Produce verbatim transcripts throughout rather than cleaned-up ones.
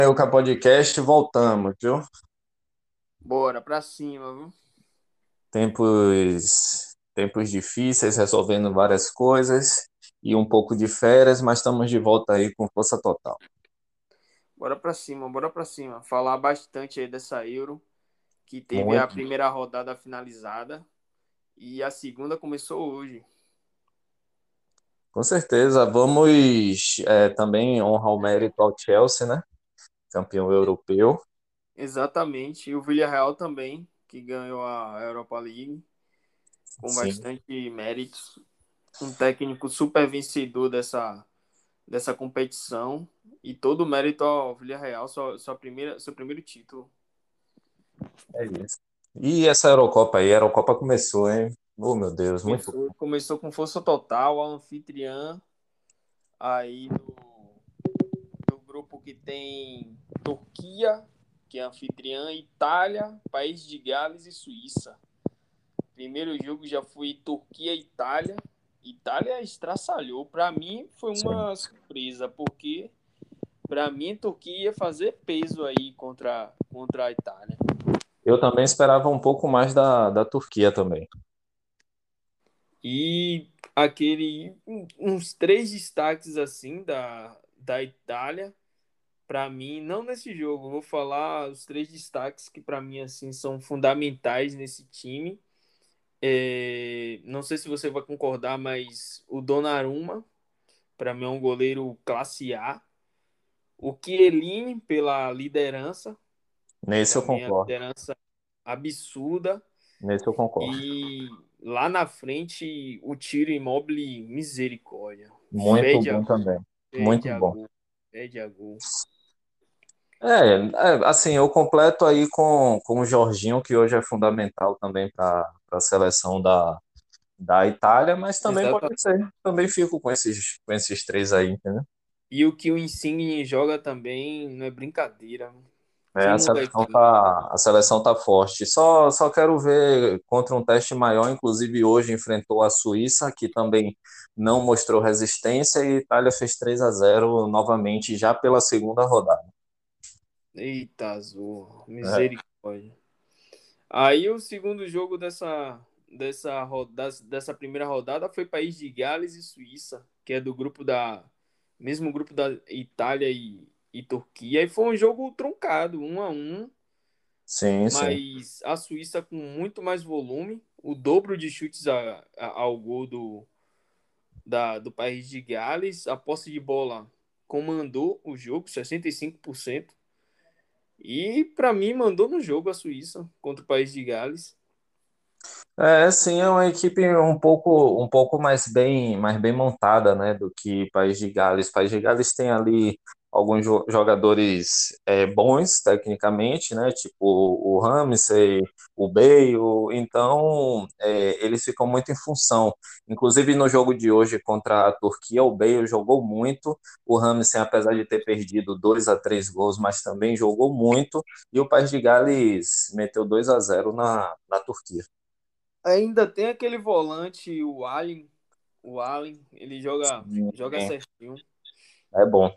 O Podcast, voltamos, viu? Bora pra cima, viu? Tempos, tempos difíceis, resolvendo várias coisas e um pouco de férias, mas estamos de volta aí com força total. Bora pra cima, bora pra cima. Falar bastante aí dessa Euro, que teve a Muito, primeira rodada finalizada e a segunda começou hoje. com certeza. Vamos é, também honrar o mérito ao Chelsea, né? Campeão europeu. Exatamente. E o Villarreal também, que ganhou a Europa League com Sim, bastante méritos. Um técnico super vencedor dessa, dessa competição. E todo o mérito ao Villarreal, sua, sua primeira, seu primeiro título. é isso. E essa Eurocopa aí, a Eurocopa começou, hein? Oh, meu Deus, muito. Começou, começou com força total, a anfitriã aí do, do grupo que tem Turquia, que é anfitriã, Itália, País de Gales e Suíça. Primeiro jogo já foi Turquia e Itália. Itália estraçalhou. Para mim foi Sim. uma surpresa, porque para mim a Turquia ia fazer peso aí contra, contra a Itália. Eu também esperava um pouco mais da, da Turquia também. E aquele uns três destaques assim da, da Itália para mim, não nesse jogo, eu vou falar os três destaques que para mim assim são fundamentais nesse time. É, não sei se você vai concordar, mas o Donnarumma, para mim é um goleiro classe A. O Chiellini pela liderança, Nesse eu para mim é a concordo. liderança absurda. Nesse eu concordo. E lá na frente o Tiro Immobile, misericórdia. Muito Fede a bom gol, também. fede Muito a bom. gol, fede a gol. É, é, assim, eu completo aí com, com o Jorginho, que hoje é fundamental também para a seleção da, da Itália, mas também pode Exatamente. ser. Também fico com esses, com esses três aí, entendeu? E o que o Insigne joga também não é brincadeira. É, Que a seleção molequinho. tá, a seleção tá forte. Só, só quero ver contra um teste maior, inclusive hoje enfrentou a Suíça, que também não mostrou resistência, e a Itália fez três a zero novamente já pela segunda rodada. Eita, azul. É, Misericórdia. Aí o segundo jogo dessa, dessa, roda, dessa primeira rodada foi País de Gales e Suíça, que é do grupo da. Mesmo grupo da Itália e, e Turquia. E foi um jogo truncado, um a um, sim, sim. mas a Suíça com muito mais volume, o dobro de chutes a, a, ao gol do, da, do País de Gales. A posse de bola comandou o jogo, sessenta e cinco por cento. E para mim mandou no jogo a Suíça contra o País de Gales. É, sim, é uma equipe um pouco, um pouco mais bem, mais bem montada, né, do que País de Gales. País de Gales tem ali alguns jo- jogadores é, bons tecnicamente, né, tipo o Ramsey, o Bale. Então é, eles ficam muito em função. Inclusive no jogo de hoje contra a Turquia, o Bale jogou muito. O Ramsey, apesar de ter perdido dois a três gols, mas também jogou muito. E o País de Gales meteu dois a zero na, na Turquia. Ainda tem aquele volante, o Allen. O Allen, ele joga, Sim, joga certinho. é bom.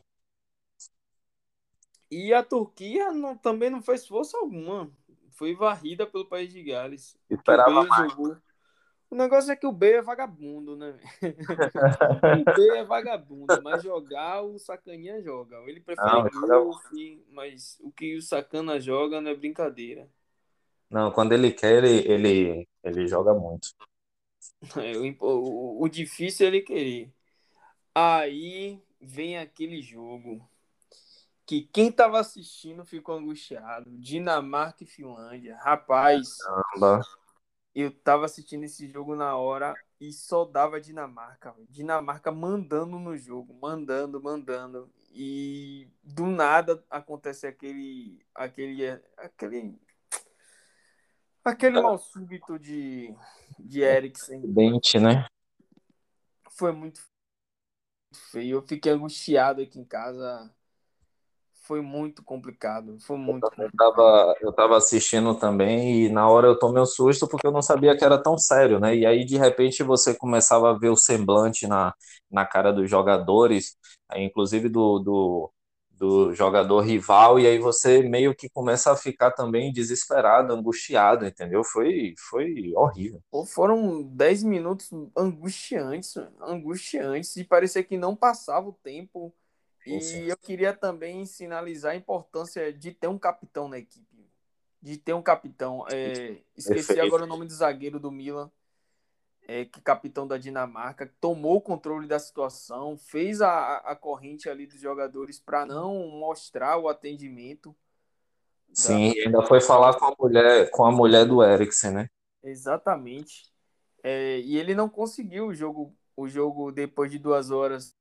E a Turquia não- também não fez força alguma. Foi varrida pelo País de Gales. O que o Esperava Bale jogou. O negócio é que o Bale é vagabundo, né? O Bale é vagabundo, mas jogar o Sacaninha joga. Ele prefere Não, joga- golfe, mas o que o Sacana joga não é brincadeira. não, quando ele quer, ele, ele, ele joga muito. É, o, impo- o, o difícil é ele querer. Aí vem aquele jogo que quem tava assistindo ficou angustiado. Dinamarca e Finlândia. Rapaz, Caramba. eu tava assistindo esse jogo na hora e só dava Dinamarca. Véio. Dinamarca mandando no jogo, mandando, mandando. E do nada acontece aquele aquele aquele aquele mal súbito de de Eriksen. Dente, né? Foi muito feio. Eu fiquei angustiado aqui em casa. Foi muito complicado. Foi muito Eu complicado. tava, eu tava assistindo também e na hora eu tomei um susto porque eu não sabia que era tão sério, né? E aí, de repente, você começava a ver o semblante na, na cara dos jogadores, aí, inclusive do, do, do jogador rival, e aí você meio que começa a ficar também desesperado, angustiado, entendeu? Foi, foi horrível. Pô, foram dez minutos angustiantes, angustiantes, e parecia que não passava o tempo. Sim, sim. E eu queria também sinalizar a importância de ter um capitão na equipe. De ter um capitão. É, esqueci Perfeito. agora o nome do zagueiro do Milan, é, que é capitão da Dinamarca, tomou o controle da situação, fez a, a corrente ali dos jogadores para não mostrar o atendimento da. Sim, e ainda foi falar com a mulher, com a mulher do Eriksen, né? Exatamente. É, e ele não conseguiu o jogo, o jogo depois de duas horas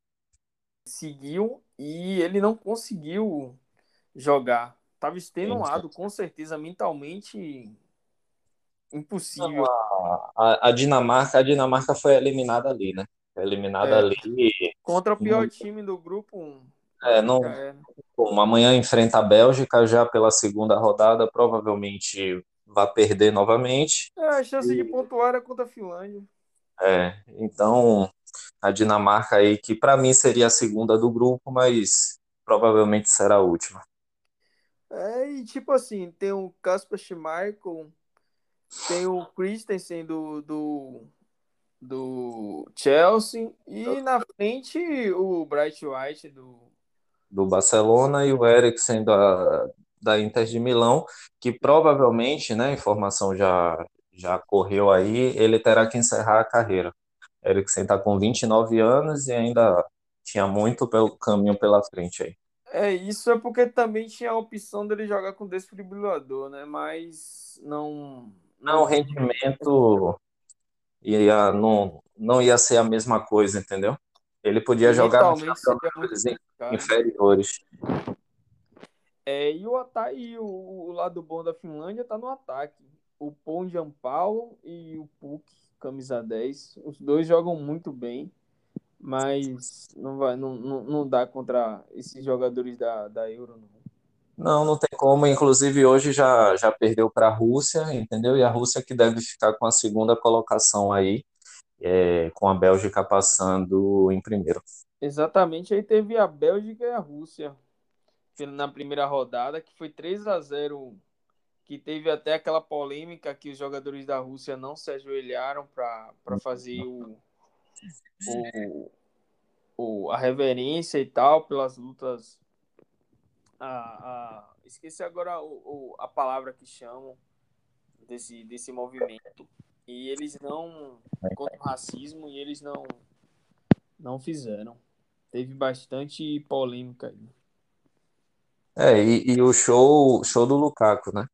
seguiu e ele não conseguiu jogar. Estava Sim, sim. extenuado, com certeza, mentalmente Não, impossível. a, a, a Dinamarca, a Dinamarca foi eliminada ali, né? Foi eliminada É, ali. contra o pior Não, time do grupo, é, ali já não, era. bom, amanhã enfrenta a Bélgica já pela segunda rodada, provavelmente vai perder novamente. É, a chance de pontuar era contra a Finlândia. É, então a Dinamarca aí, que para mim seria a segunda do grupo, mas provavelmente será a última. É, e tipo assim, tem o Kasper Schmeichel, tem o Christensen do, do, do Chelsea e na frente o Bright White do. Do Barcelona e o Eriksen da, da Inter de Milão, que provavelmente, né, a informação já, já correu aí, ele terá que encerrar a carreira. Eriksen está com vinte e nove anos e ainda tinha muito pelo caminho pela frente aí. É, isso é porque também tinha a opção dele jogar com desfibrilador, né? Mas não, Não, o não. rendimento ia, não, não ia ser a mesma coisa, entendeu? Ele podia E jogar nos mentalmente seria muito campeonatos complicado. inferiores. É, e o ataque, e o, o lado bom da Finlândia tá no ataque. O Pon Paulo e o Puk, camisa dez. Os dois jogam muito bem, mas não vai, não, não, não dá contra esses jogadores da, da Euro, não. Não, não tem como. Inclusive, hoje já, já perdeu para a Rússia, entendeu? E a Rússia que deve ficar com a segunda colocação aí, é, com a Bélgica passando em primeiro. Exatamente, aí teve a Bélgica e a Rússia na primeira rodada, que foi três a zero, que teve até aquela polêmica que os jogadores da Rússia não se ajoelharam para fazer o, o, o, a reverência e tal, pelas lutas. A, a, esqueci agora o, o, a palavra que chamam desse, desse movimento. E eles não. Contra o racismo, e eles não, não fizeram. Teve bastante polêmica aí. É, e, e o show, show do Lukaku, né?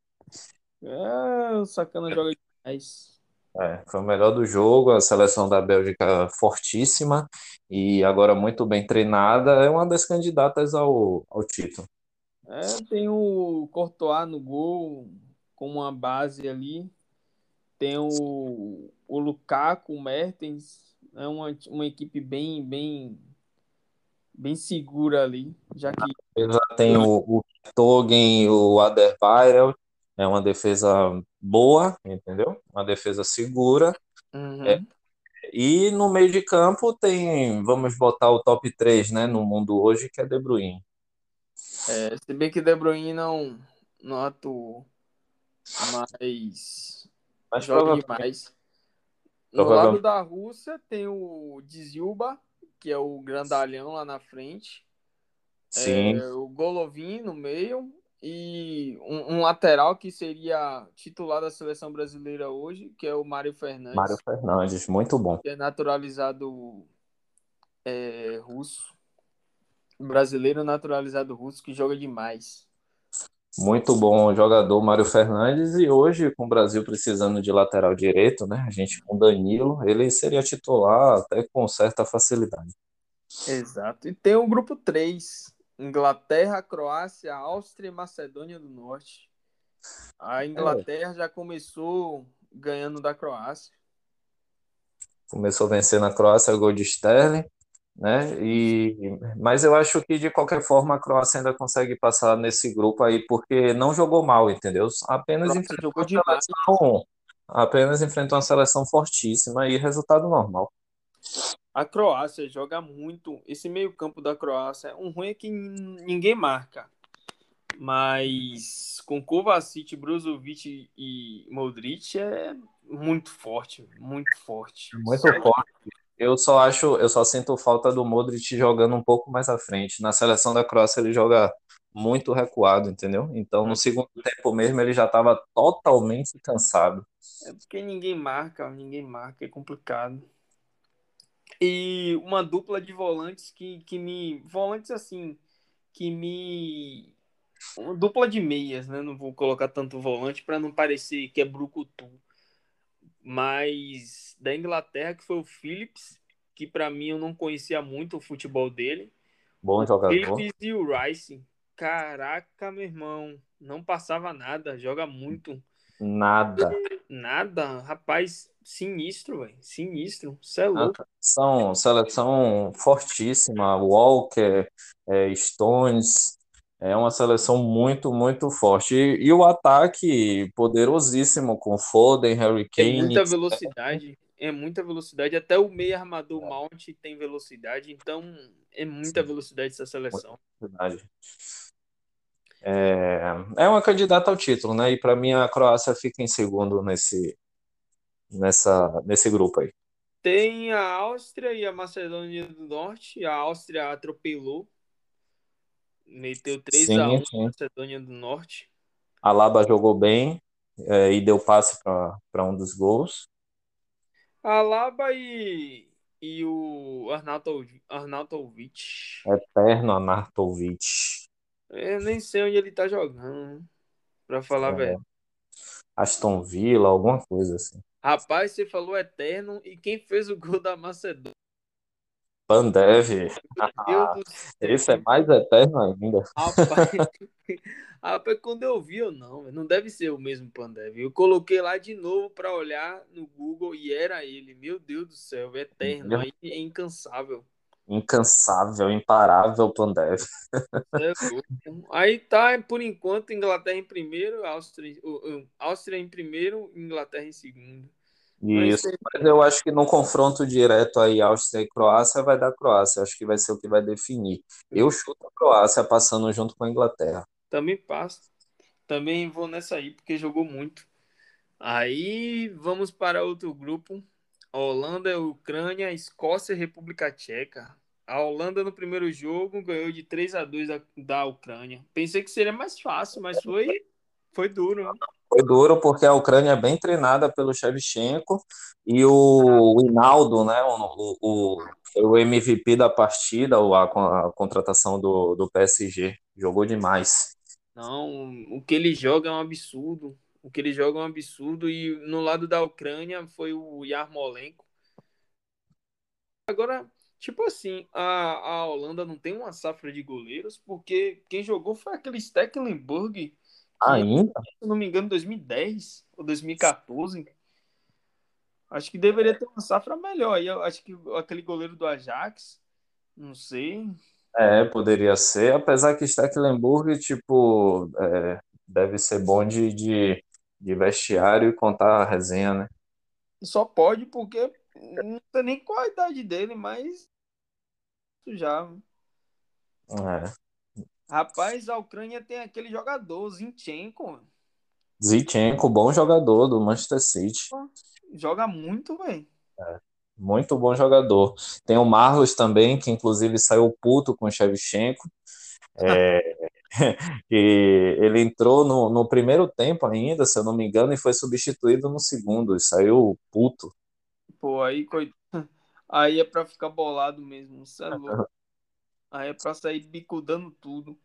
É, o Sacana joga demais. É, foi o melhor do jogo, a seleção da Bélgica fortíssima e agora muito bem treinada, é uma das candidatas ao, ao título. É, tem o Courtois no gol, com uma base ali. Tem o, o Lukaku, o Mertens. É uma, uma equipe bem, bem, bem segura ali, já que. Já tem o, o Togen e o Alderweireld, é uma defesa boa, entendeu? Uma defesa segura. Uhum. E no meio de campo tem, vamos botar o top três, né, no mundo hoje, que é De Bruyne. É, se bem que De Bruyne não, não atuou, mas Mas joga provavelmente, demais. No lado provavelmente da Rússia tem o Dzilba, que é o grandalhão lá na frente. sim, O Golovin no meio e um, um lateral que seria titular da seleção brasileira hoje, que é o Mário Mário Fernandes, Fernandes, muito bom. que é naturalizado é, russo, brasileiro naturalizado russo, que joga demais. Muito bom jogador, Mário Fernandes, e hoje, com o Brasil precisando de lateral direito, né? A gente com Danilo, ele seria titular até com certa facilidade. Exato. E tem o grupo três: Inglaterra, Croácia, Áustria e Macedônia do Norte. A É, Inglaterra já começou ganhando da Croácia. começou vencendo a Croácia, gol de Sterling, né? E, mas eu acho que de qualquer forma a Croácia ainda consegue passar nesse grupo aí, porque não jogou mal, entendeu? A Apenas Croácia enfrentou jogou uma demais. seleção, apenas enfrentou uma seleção fortíssima e resultado normal. A Croácia joga muito. Esse meio-campo da Croácia, um ruim é que ninguém marca. Mas com Kovacic, Brozovic e Modric é muito forte, muito forte. Muito forte. Eu só acho, eu só sinto falta do Modric jogando um pouco mais à frente. Na seleção da Croácia ele joga muito recuado, entendeu? Então no segundo tempo mesmo ele já estava totalmente cansado. É porque ninguém marca, ninguém marca, é complicado. E uma dupla de volantes que, que me. Volantes assim, que me. Uma dupla de meias, né? Não vou colocar tanto volante para não parecer que é brucutu. Mas da Inglaterra, que foi o Phillips, que para mim eu não conhecia muito o futebol dele. Bom O jogador. Phillips e o Rice. Caraca, meu irmão. Não passava nada, joga muito. Nada. Nada, rapaz, sinistro, velho. Sinistro. Cê é Ah, louco. São seleção fortíssima. Walker, é, Stones. É uma seleção muito, muito forte. E, e o ataque poderosíssimo com Foden, Harry É Kane. muita velocidade. É muita velocidade. Até o meio armador Mount tem velocidade. Então, é muita Sim, velocidade essa muita seleção. verdade. É, é uma candidata ao título, né? E para mim a Croácia fica em segundo nesse, nessa, nesse grupo aí. Tem a Áustria e a Macedônia do Norte. A Áustria atropelou. Meteu três a Sim, um na sim. Macedônia do Norte. Alaba jogou bem, é, e deu passe para um dos gols. A Alaba e, e o Arnautovic. Arnautovic. Eterno Arnautovic. Eu nem sei onde ele tá jogando, pra falar a verdade. Aston Villa, alguma coisa assim. Rapaz, você falou eterno e quem fez o gol da Macedônia? Pandev, Meu Deus do céu. esse é mais eterno ainda. Rapaz, rapaz, quando eu vi, eu não, não deve ser o mesmo Pandev. Eu coloquei lá de novo pra olhar no Google e era ele. Meu Deus do céu, eterno, aí é incansável. Incansável, imparável Pandev. É louco. Aí tá, por enquanto, Inglaterra em primeiro, Áustria, o- o- Áustria em primeiro, Inglaterra em segundo. Mas Isso. Mas eu acho que no confronto direto aí, Áustria e Croácia, vai dar Croácia. Acho que vai ser o que vai definir. Eu chuto a Croácia passando junto com a Inglaterra. também passa. Também vou nessa aí, porque jogou muito. Aí vamos para outro grupo. Holanda, Ucrânia, Escócia e República Tcheca. A Holanda no primeiro jogo ganhou de três a dois da, da Ucrânia. Pensei que seria mais fácil, mas foi, foi duro. Foi duro porque a Ucrânia é bem treinada pelo Shevchenko e o Hinaldo, né, o, o, foi o M V P da partida, a, a contratação do, do P S G. Jogou demais. Não, o que ele joga é um absurdo. O que ele joga é um absurdo. E no lado da Ucrânia foi o Yarmolenko. Agora, tipo assim, a, a Holanda não tem uma safra de goleiros, porque quem jogou foi aquele Stecklenburg, que, Ainda? se não me engano, dois mil e dez ou dois mil e quatorze. Acho que deveria ter uma safra melhor. Aí eu acho que aquele goleiro do Ajax, não sei. É, poderia ser, apesar que Stecklenburg, tipo, é, deve ser bom de, de, de vestiário e contar a resenha, né? Só pode porque não sei nem qual a idade dele, mas já. É. Rapaz, a Ucrânia tem aquele jogador, o Zinchenko. Zinchenko, bom jogador do Manchester City. Joga muito, velho. Muito bom jogador. Tem o Marlos também, que inclusive saiu puto com o Shevchenko. É, e ele entrou no, no primeiro tempo ainda, se eu não me engano, e foi substituído no segundo, e saiu puto. Pô, aí, coi- aí é pra ficar bolado mesmo, cê é louco. Aí é pra sair bicudando tudo.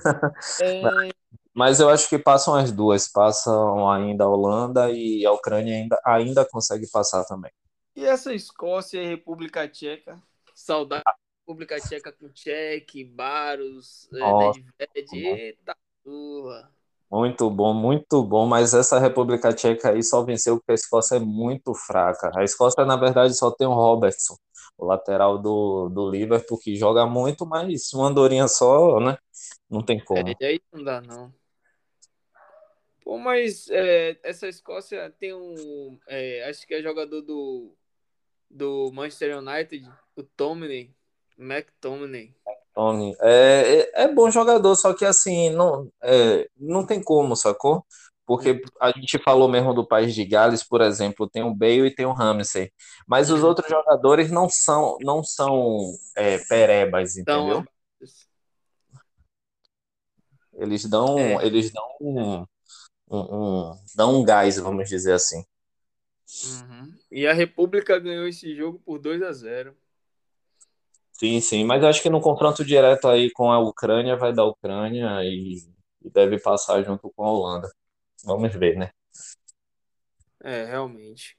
É, Mas eu acho que passam as duas, passam ainda a Holanda e a Ucrânia ainda, ainda consegue passar também. e essa Escócia e República Tcheca? Saudade da República Tcheca com Tchek, Baros, é, Nossa, Nedved. Eita porra. muito bom, muito bom, mas essa República Tcheca aí só venceu porque a Escócia é muito fraca. A Escócia, na verdade, só tem o Robertson, o lateral do, do Liverpool, que joga muito, mas uma andorinha só, né? Não tem É, como. e aí não dá, não. Pô, mas é, essa Escócia tem um. É, acho que é jogador do. do Manchester United, o Tomlin, McTominay. Tony. É, é, é bom jogador, só que assim, não, é, não tem como, sacou? Porque a gente falou mesmo do País de Gales, por exemplo, tem o Bale e tem o Ramsey. Mas os Uhum. outros jogadores não são, não são é, perebas, Então, entendeu? Eles dão, é. eles dão um, um, um- dão um gás, vamos dizer assim. Uhum. E a República ganhou esse jogo por dois a zero. Sim, sim, mas acho que no confronto direto aí com a Ucrânia vai dar Ucrânia e, e deve passar junto com a Holanda. Vamos ver, né? É, realmente.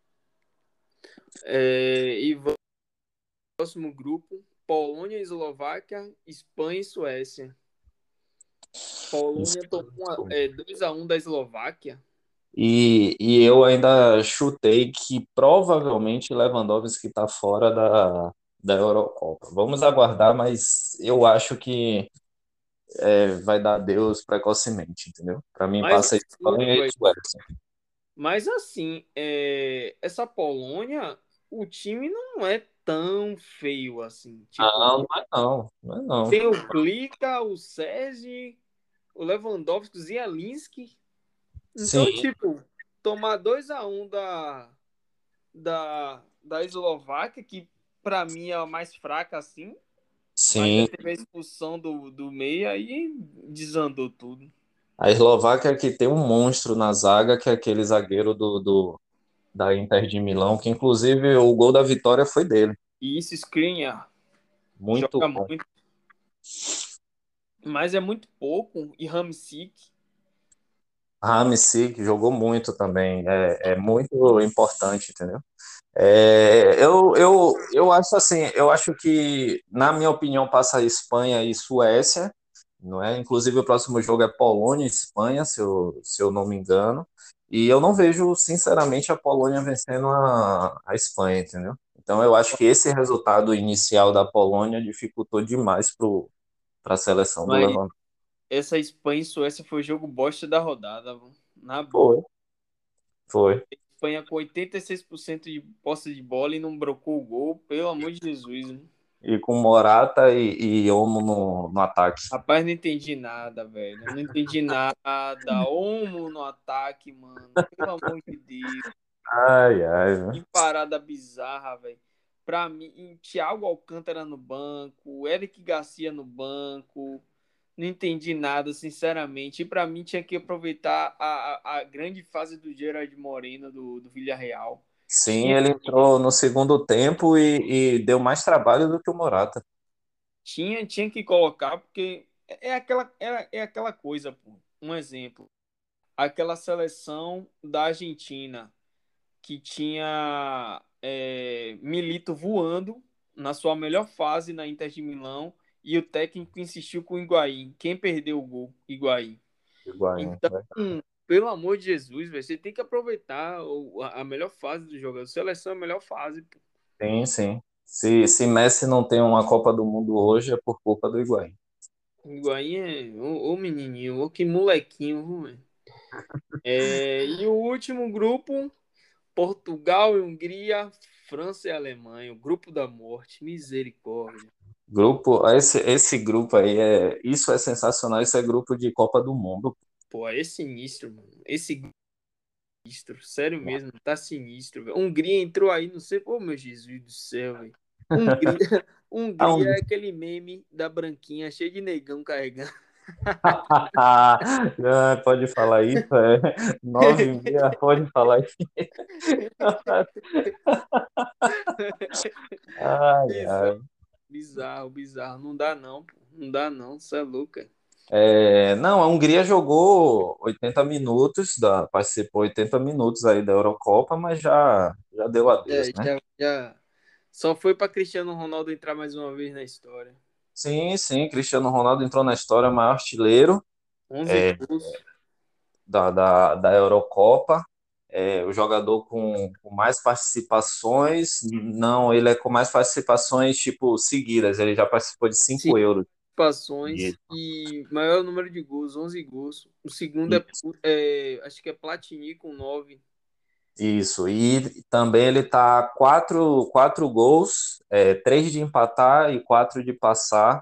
É, e vamos ao próximo grupo: Polônia, Eslováquia, Espanha e Suécia. Polônia tomou uma- é, dois a um da Eslováquia. E, e eu ainda chutei que provavelmente Lewandowski está fora da, da Eurocopa. Vamos aguardar, mas eu acho que é, vai dar adeus precocemente, entendeu? Para mim, Mas passa a assim, Espanha e velho, Suécia. mas assim, é, essa Polônia, o time não é tão feio assim. Tipo, Não, não é não, não é não. tem o Klika, o Sesi, o Lewandowski, o Zielinski. Então, Sim, tipo, tomar dois a um da, da, da Eslováquia, que pra mim é a mais fraca assim, mas já sim. teve a expulsão do, do meio, aí desandou tudo. A Eslováquia que tem um monstro na zaga, que é aquele zagueiro do, do, da Inter de Milão, que inclusive o gol da vitória foi dele. E isso, Skriniar, Muito joga bom. muito, mas é muito pouco. E Hamsik, Ramsey jogou muito também, é, é muito importante, entendeu? É, eu, eu, eu acho assim, eu acho que, na minha opinião, passa Espanha e Suécia, não é? Inclusive o próximo jogo é Polônia e Espanha, se eu, se eu não me engano. E eu não vejo, sinceramente, a Polônia vencendo a, a Espanha, entendeu? Então eu acho que esse resultado inicial da Polônia dificultou demais para a seleção do mas Lewandowski. essa Espanha e Suécia foi o jogo bosta da rodada, mano. Na boa. Foi, foi. Espanha com oitenta e seis por cento de posse de bola e não brocou o gol, pelo amor de Jesus, né? E com Morata e, e Olmo no, no ataque. Rapaz, não entendi nada, velho. Eu não entendi nada. Omo no ataque, mano. Pelo amor de Deus. Ai, ai, Que né? parada bizarra, velho. Pra mim, Thiago Alcântara no banco, Eric Garcia no banco. Não entendi nada, sinceramente. E pra mim tinha que aproveitar a, a, a grande fase do Gerard Moreno do, do Villarreal. Sim, Tinha, ele entrou no segundo tempo e, e deu mais trabalho do que o Morata. tinha, tinha que colocar, porque é aquela, é, é aquela coisa, pô. Um exemplo. Aquela seleção da Argentina que tinha é, Milito voando na sua melhor fase na Inter de Milão e o técnico insistiu com o Higuaín. Quem perdeu o gol? Higuaín. Higuaín, Então, né? pelo amor de Jesus, véio, você tem que aproveitar o- a melhor fase do jogador. Seleção é a melhor fase. Pô. Sim, sim. Se, se Messi não tem uma Copa do Mundo hoje é por culpa do Higuaín. O Higuaín é o, o menininho, o que molequinho. Viu, velho? É, e o último grupo, Portugal e Hungria, França e Alemanha, o grupo da morte, misericórdia. Grupo, esse, esse grupo aí é, isso é sensacional, isso é grupo de Copa do Mundo. Pô, é sinistro, mano. Esse sinistro, sério mesmo, tá sinistro, velho. Hungria entrou aí, não sei, pô, meu Jesus do céu, velho. Hungria, Ah, Hungria um- é aquele meme da branquinha cheio de negão carregando. Ah, pode falar isso, é nove e meia, pode falar isso. Ai, Bizarro, ai. bizarro, bizarro. Não dá não, pô. Não dá não, você é louca. É, não, a Hungria jogou oitenta minutos, da, participou oitenta minutos aí da Eurocopa, mas já, já deu adeus, É, né? já, já. Só foi pra Cristiano Ronaldo entrar mais uma vez na história. Sim, sim, Cristiano Ronaldo entrou na história, maior artilheiro onze gols. da, da, da Eurocopa, é, o jogador com, com mais participações, não, ele é com mais participações, tipo, seguidas, ele já participou de cinco euros. Participações E, e maior número de gols, onze gols. O segundo e é, é acho que é Platini com nove. Isso, e também ele tá quatro, quatro gols, é, três de empatar e quatro de passar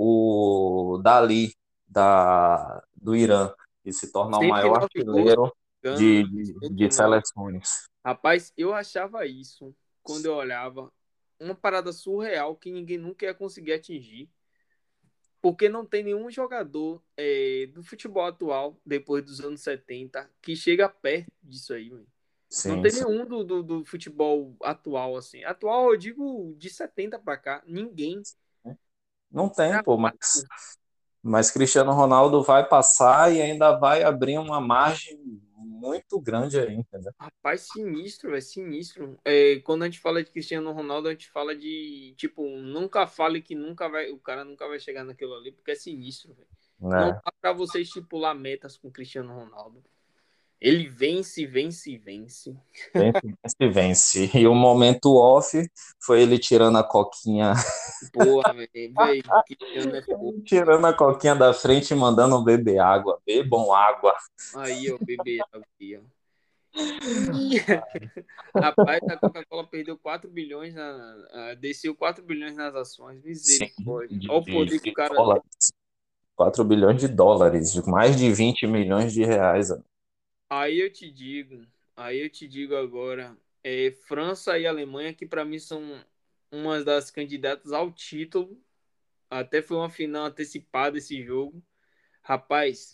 o Dali da, do Irã, que se torna o cento e maior nove gols, artilheiro de, engano, de, de cento e nove. seleções. Rapaz, eu achava isso quando eu olhava uma parada surreal que ninguém nunca ia conseguir atingir. Porque não tem nenhum jogador é, do futebol atual, depois dos anos setenta que chega perto disso aí, mano. Não Sim, tem sim. nenhum do, do, do futebol atual, assim. Atual, eu digo de setenta pra cá. Ninguém. Não tem, pô, mas, Dramático. mas Cristiano Ronaldo vai passar e ainda vai abrir uma margem muito grande aí, entendeu? Rapaz, sinistro, é sinistro. É, quando a gente fala de Cristiano Ronaldo, a gente fala de, tipo, nunca fale que nunca vai, o cara nunca vai chegar naquilo ali, porque é sinistro, velho. Não É. dá pra você estipular metas com Cristiano Ronaldo. Ele vence, vence, vence. Vence, vence, vence. E o momento off foi ele tirando a coquinha, Porra, velho, velho, Cristiano é fogo, velho. tirando a coquinha da frente e mandando beber água. Bebam água. Aí, ó, bebê, aqui, ó. Ih, rapaz, a Coca-Cola perdeu quatro bilhões, na, ah, desceu quatro bilhões nas ações. Sim, Misericórdia. de, Olha o de, poder que o de cara tem. dólares. Quatro bilhões de dólares, de mais de vinte milhões de reais. Aí eu te digo, aí eu te digo agora, é, França e Alemanha, que para mim são umas das candidatas ao título. Até foi uma final antecipada esse jogo. Rapaz,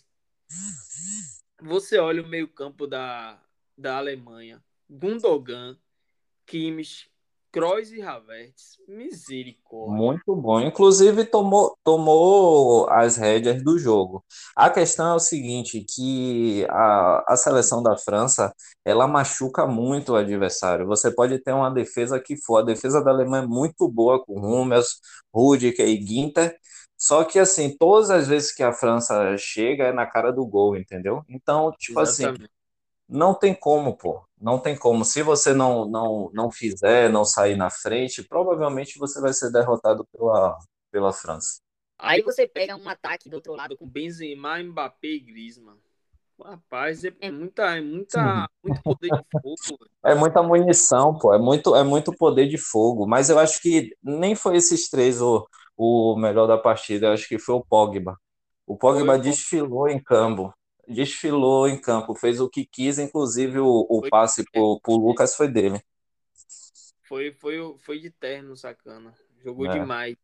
você olha o meio-campo da, da Alemanha, Gundogan, Kimmich, Kroos e Havertz. Misericórdia. Muito bom. Inclusive, tomou, tomou as rédeas do jogo. A questão é o seguinte, que a, a seleção da França, ela machuca muito o adversário. Você pode ter uma defesa que for. A defesa da Alemanha é muito boa com Hummels, Rudiger e Ginter. Só que, assim, todas as vezes que a França chega é na cara do gol, entendeu? Então, tipo assim, Exatamente. não tem como, pô. Não tem como. Se você não, não, não fizer, não sair na frente, provavelmente você vai ser derrotado pela, pela França. Aí você pega um ataque do outro lado com Benzema, Mbappé e Griezmann. Rapaz, é, é muita, é muita, muito poder de fogo, velho. É muita munição, pô. É muito, é muito poder de fogo. Mas eu acho que nem foi esses três o, o melhor da partida. Eu acho que foi o Pogba. O Foi, Pogba desfilou em campo. Desfilou em campo. Fez o que quis, inclusive o, o foi, passe pro, pro Lucas foi dele. foi, foi, foi de terno, sacana. Jogou É, demais.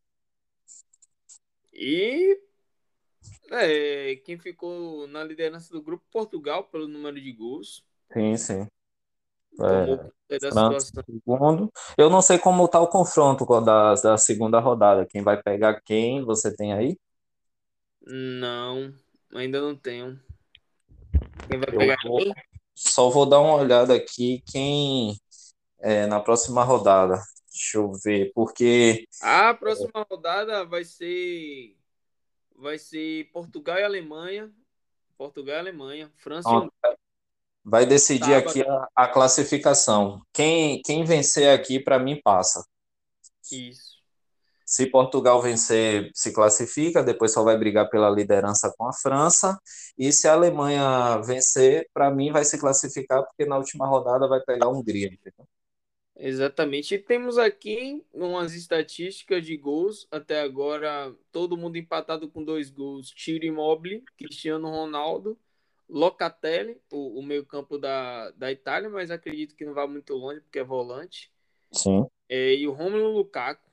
E é, quem ficou na liderança do grupo, Portugal, pelo número de gols. sim, sim. Tomou É, conta da França situação. em segundo. Eu não sei como está o confronto com a da, da segunda rodada. Quem vai pegar quem? Você tem aí? Não, ainda não tenho. Quem vai Eu pegar vou, quem? só vou dar uma olhada aqui quem é na próxima rodada. Deixa eu ver, porque A próxima rodada vai ser vai ser Portugal e Alemanha. Portugal e Alemanha, França e ó, Hungria. vai decidir aqui Sábado. a, a classificação. Quem, quem vencer aqui, para mim, passa. Isso. Se Portugal vencer, se classifica, depois só vai brigar pela liderança com a França. E se a Alemanha vencer, para mim vai se classificar, porque na última rodada vai pegar a Hungria. Entendeu? Exatamente. E temos aqui umas estatísticas de gols. Até agora, todo mundo empatado com dois gols. Ciro Immobile, Cristiano Ronaldo, Locatelli, o, o meio-campo da, da Itália, mas acredito que não vai muito longe porque é volante. Sim. É, e o Romelu Lukaku.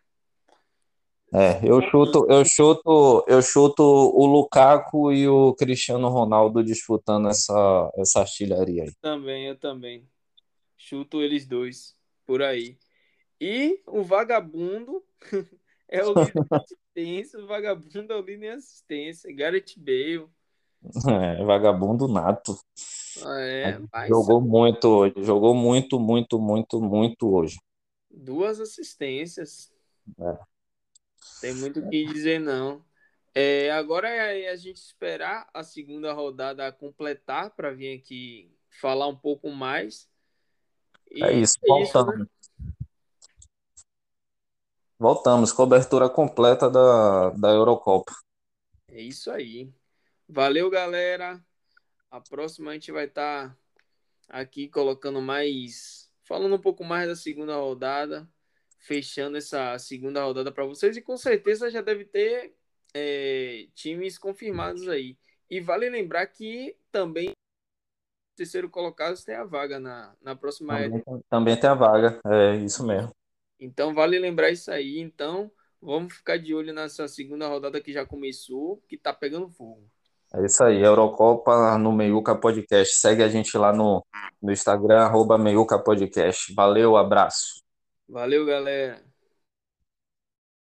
É, eu chuto, eu chuto, eu chuto o Lukaku e o Cristiano Ronaldo disputando essa, essa artilharia aí. Também, eu também. Chuto eles dois por aí. E o vagabundo é o líder de assistência. O vagabundo é o líder de assistência. Gareth Bale. É, vagabundo nato. É, mas Jogou muito hoje, jogou muito, muito, muito, muito hoje. duas assistências. É, Tem muito o que dizer, não. É, agora é a gente esperar a segunda rodada completar para vir aqui falar um pouco mais. é E isso, é isso, né? voltamos. Voltamos, cobertura completa da, da Eurocopa. É isso aí. Valeu, galera. A próxima a gente vai estar aqui colocando mais, falando um pouco mais da segunda rodada, fechando essa segunda rodada para vocês e com certeza já deve ter é, times confirmados aí. E vale lembrar que também o terceiro colocado tem a vaga na, na próxima. Também, também tem a vaga, é isso mesmo. Então vale lembrar isso aí. Então vamos ficar de olho nessa segunda rodada que já começou, que tá pegando fogo. É isso aí, Eurocopa no Meiuca Podcast. Segue a gente lá no, no Instagram, arroba Meiuca Podcast. Valeu, abraço. Valeu, galera.